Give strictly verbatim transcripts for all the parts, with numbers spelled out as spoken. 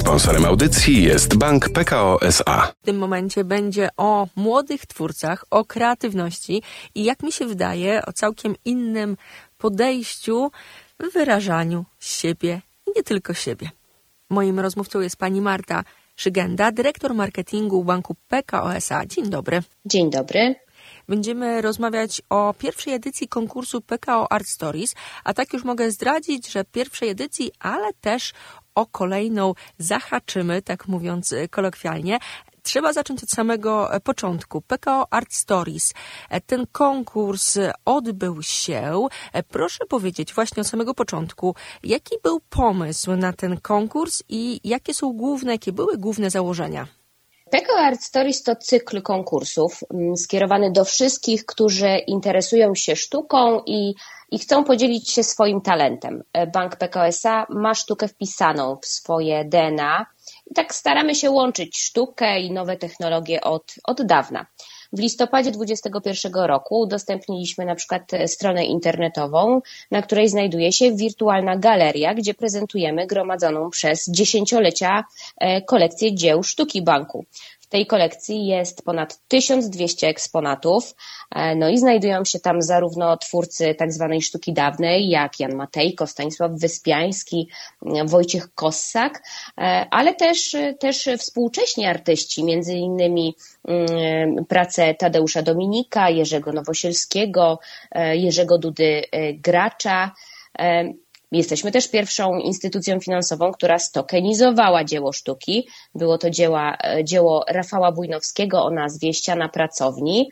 Sponsorem audycji jest Bank P K O S A. W tym momencie będzie o młodych twórcach, o kreatywności i jak mi się wydaje, o całkiem innym podejściu w wyrażaniu siebie i nie tylko siebie. Moim rozmówcą jest pani Marta Szygenda, dyrektor marketingu Banku P K O S A. Dzień dobry. Dzień dobry. Będziemy rozmawiać o pierwszej edycji konkursu P K O Art Stories, a tak już mogę zdradzić, że pierwszej edycji, ale też o kolejną zahaczymy, tak mówiąc kolokwialnie. Trzeba zacząć od samego początku. P K O Art Stories. Ten konkurs odbył się. Proszę powiedzieć właśnie od samego początku, jaki był pomysł na ten konkurs i jakie są główne, jakie były główne założenia? P K O Art Stories to cykl konkursów skierowany do wszystkich, którzy interesują się sztuką i, i chcą podzielić się swoim talentem. Bank P K O S A ma sztukę wpisaną w swoje D N A i tak staramy się łączyć sztukę i nowe technologie od, od dawna. W listopadzie dwudziestego pierwszego roku udostępniliśmy na przykład stronę internetową, na której znajduje się wirtualna galeria, gdzie prezentujemy gromadzoną przez dziesięciolecia kolekcję dzieł sztuki banku. W tej kolekcji jest ponad tysiąc dwieście eksponatów, no i znajdują się tam zarówno twórcy tak zwanej sztuki dawnej, jak Jan Matejko, Stanisław Wyspiański, Wojciech Kossak, ale też, też współcześni artyści, między innymi prace Tadeusza Dominika, Jerzego Nowosielskiego, Jerzego Dudy Gracza. Jesteśmy też pierwszą instytucją finansową, która stokenizowała dzieło sztuki. Było to dzieła, dzieło Rafała Bujnowskiego o nazwie Ściana pracowni.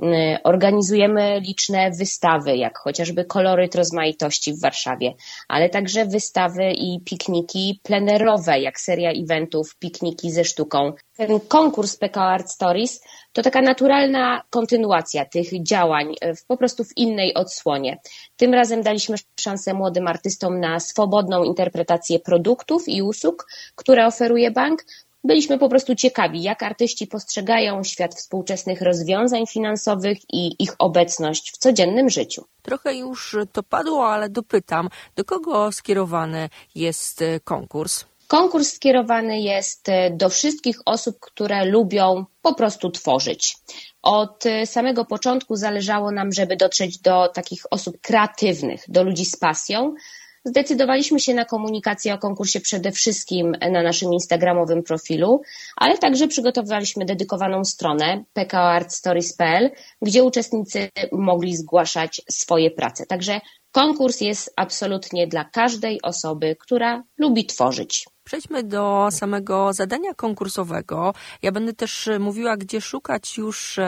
Organizujemy liczne wystawy, jak chociażby Koloryt rozmaitości w Warszawie, ale także wystawy i pikniki plenerowe, jak seria eventów Pikniki ze sztuką. Ten konkurs P K O Art Stories to taka naturalna kontynuacja tych działań, w, po prostu w innej odsłonie. Tym razem daliśmy szansę młodym artystom na swobodną interpretację produktów i usług, które oferuje bank. Byliśmy po prostu ciekawi, jak artyści postrzegają świat współczesnych rozwiązań finansowych i ich obecność w codziennym życiu. Trochę już to padło, ale dopytam, do kogo skierowany jest konkurs? Konkurs skierowany jest do wszystkich osób, które lubią po prostu tworzyć. Od samego początku zależało nam, żeby dotrzeć do takich osób kreatywnych, do ludzi z pasją. Zdecydowaliśmy się na komunikację o konkursie przede wszystkim na naszym instagramowym profilu, ale także przygotowaliśmy dedykowaną stronę p k o art stories kropka p l, gdzie uczestnicy mogli zgłaszać swoje prace. Także konkurs jest absolutnie dla każdej osoby, która lubi tworzyć. Przejdźmy do samego zadania konkursowego. Ja będę też mówiła, gdzie szukać już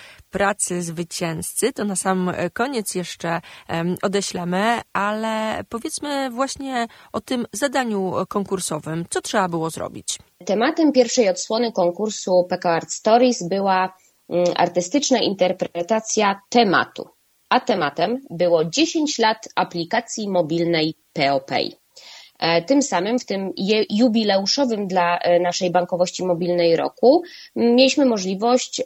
pracy zwycięzcy, to na sam koniec jeszcze odeślemy, ale powiedzmy właśnie o tym zadaniu konkursowym. Co trzeba było zrobić? Tematem pierwszej odsłony konkursu P K O Art Stories była artystyczna interpretacja tematu, a tematem było dziesięć lat aplikacji mobilnej PeoPay. Tym samym w tym jubileuszowym dla naszej bankowości mobilnej roku mieliśmy możliwość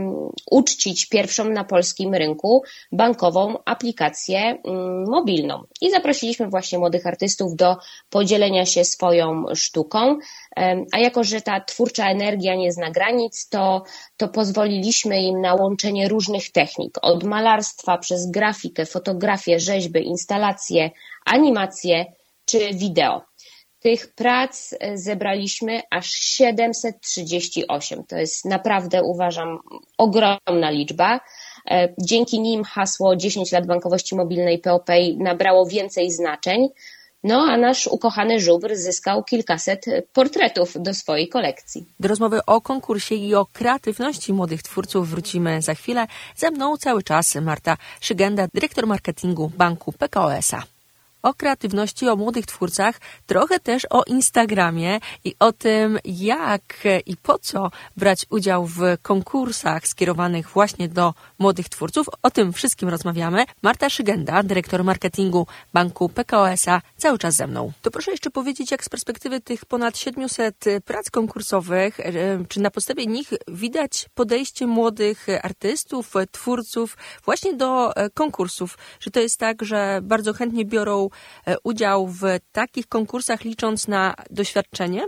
uczcić pierwszą na polskim rynku bankową aplikację mobilną i zaprosiliśmy właśnie młodych artystów do podzielenia się swoją sztuką, a jako że ta twórcza energia nie zna granic, to, to pozwoliliśmy im na łączenie różnych technik, od malarstwa przez grafikę, fotografię, rzeźby, instalacje, animacje czy wideo. Tych prac zebraliśmy aż siedemset trzydzieści osiem. To jest naprawdę, uważam, ogromna liczba. Dzięki nim hasło dziesięć lat bankowości mobilnej PeoPay nabrało więcej znaczeń. No a nasz ukochany żubr zyskał kilkaset portretów do swojej kolekcji. Do rozmowy o konkursie i o kreatywności młodych twórców wrócimy za chwilę. Ze mną cały czas Marta Szygenda, dyrektor marketingu Banku P K O S A. O kreatywności, o młodych twórcach, trochę też o Instagramie i o tym, jak i po co brać udział w konkursach skierowanych właśnie do młodych twórców. O tym wszystkim rozmawiamy. Marta Szygenda, dyrektor marketingu Banku P K O S A, cały czas ze mną. To proszę jeszcze powiedzieć, jak z perspektywy tych ponad siedmiuset prac konkursowych, czy na podstawie nich widać podejście młodych artystów, twórców właśnie do konkursów? Czy to jest tak, że bardzo chętnie biorą udział w takich konkursach, licząc na doświadczenie?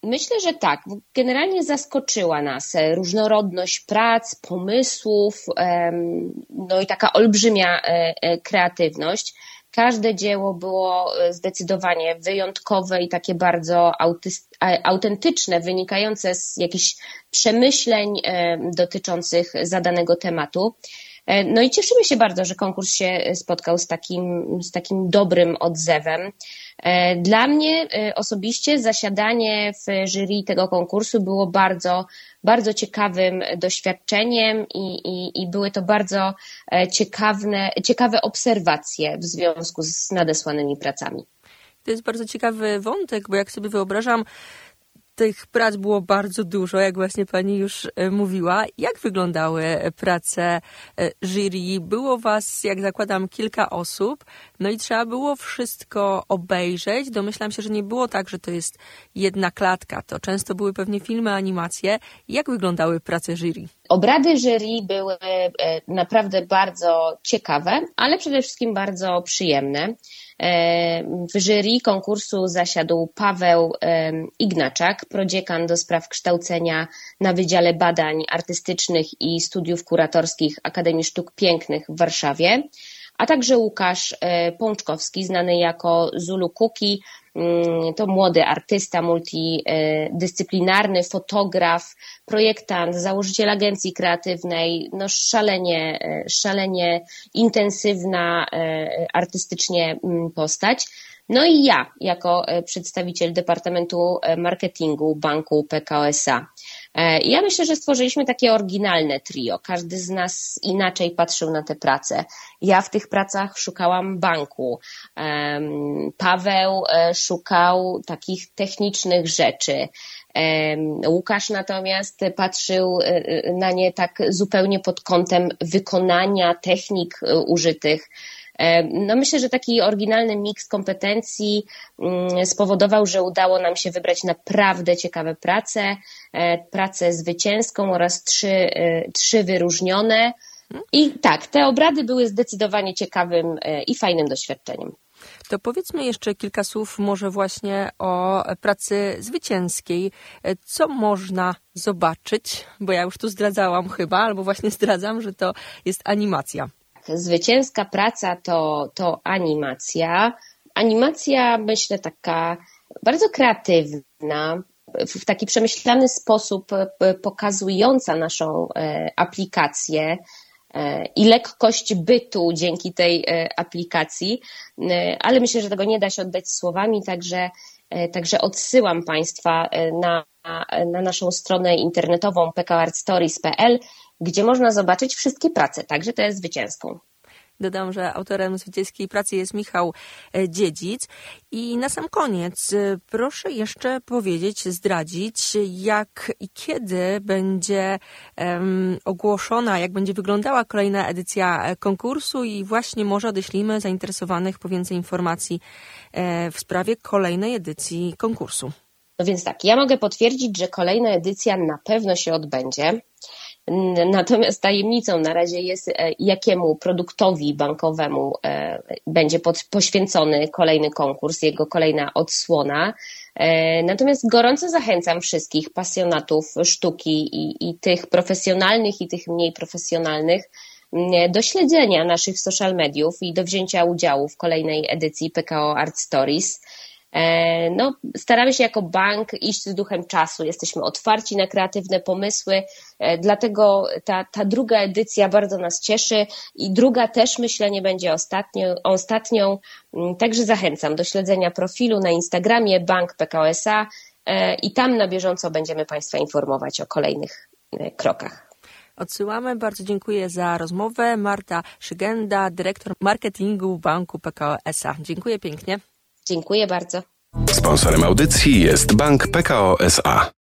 Myślę, że tak. Generalnie zaskoczyła nas różnorodność prac, pomysłów, no i taka olbrzymia kreatywność. Każde dzieło było zdecydowanie wyjątkowe i takie bardzo autentyczne, wynikające z jakichś przemyśleń dotyczących zadanego tematu. No i cieszymy się bardzo, że konkurs się spotkał z takim, z takim dobrym odzewem. Dla mnie osobiście zasiadanie w jury tego konkursu było bardzo, bardzo ciekawym doświadczeniem i, i, i były to bardzo ciekawe, ciekawe obserwacje w związku z nadesłanymi pracami. To jest bardzo ciekawy wątek, bo jak sobie wyobrażam, tych prac było bardzo dużo, jak właśnie pani już mówiła. Jak wyglądały prace jury? Było was, jak zakładam, kilka osób, no i trzeba było wszystko obejrzeć. Domyślam się, że nie było tak, że to jest jedna klatka. To często były pewnie filmy, animacje. Jak wyglądały prace jury? Obrady jury były naprawdę bardzo ciekawe, ale przede wszystkim bardzo przyjemne. W jury konkursu zasiadł Paweł Ignaczak, prodziekan do spraw kształcenia na Wydziale Badań Artystycznych i Studiów Kuratorskich Akademii Sztuk Pięknych w Warszawie, a także Łukasz Pączkowski, znany jako Zulu Kuki. To młody artysta multidyscyplinarny, fotograf, projektant, założyciel agencji kreatywnej, no szalenie, szalenie intensywna artystycznie postać. No i ja, jako przedstawiciel Departamentu Marketingu Banku P K O S A. Ja myślę, że stworzyliśmy takie oryginalne trio. Każdy z nas inaczej patrzył na te prace. Ja w tych pracach szukałam banku. Paweł szukał takich technicznych rzeczy. Łukasz natomiast patrzył na nie tak zupełnie pod kątem wykonania technik użytych. No myślę, że taki oryginalny miks kompetencji spowodował, że udało nam się wybrać naprawdę ciekawe prace, pracę zwycięską oraz trzy, trzy wyróżnione. I tak, te obrady były zdecydowanie ciekawym i fajnym doświadczeniem. To powiedzmy jeszcze kilka słów może właśnie o pracy zwycięskiej. Co można zobaczyć? Bo ja już tu zdradzałam chyba, albo właśnie zdradzam, że to jest animacja. Zwycięska praca to, to animacja. Animacja, myślę, taka bardzo kreatywna, w taki przemyślany sposób pokazująca naszą aplikację i lekkość bytu dzięki tej aplikacji, ale myślę, że tego nie da się oddać słowami, także, także odsyłam Państwa na, na naszą stronę internetową p k o art stories kropka p l, gdzie można zobaczyć wszystkie prace, także to jest zwycięską. Dodam, że autorem zwycięskiej pracy jest Michał Dziedzic. I na sam koniec proszę jeszcze powiedzieć, zdradzić, jak i kiedy będzie um, ogłoszona, jak będzie wyglądała kolejna edycja konkursu i właśnie może odeślimy zainteresowanych po więcej informacji e, w sprawie kolejnej edycji konkursu. No więc tak, ja mogę potwierdzić, że kolejna edycja na pewno się odbędzie. Natomiast tajemnicą na razie jest, jakiemu produktowi bankowemu będzie poświęcony kolejny konkurs, jego kolejna odsłona. Natomiast gorąco zachęcam wszystkich pasjonatów sztuki i, i tych profesjonalnych, i tych mniej profesjonalnych do śledzenia naszych social mediów i do wzięcia udziału w kolejnej edycji P K O Art Stories. No, staramy się jako bank iść z duchem czasu, jesteśmy otwarci na kreatywne pomysły, dlatego ta, ta druga edycja bardzo nas cieszy i druga też, myślę, nie będzie ostatnią, ostatnią. Także zachęcam do śledzenia profilu na Instagramie Bank P K O S A i tam na bieżąco będziemy Państwa informować o kolejnych krokach. Odsyłamy. Bardzo dziękuję za rozmowę. Marta Szygenda, dyrektor marketingu Banku P K O S A. Dziękuję pięknie. Dziękuję bardzo. Sponsorem audycji jest Bank P K O S A.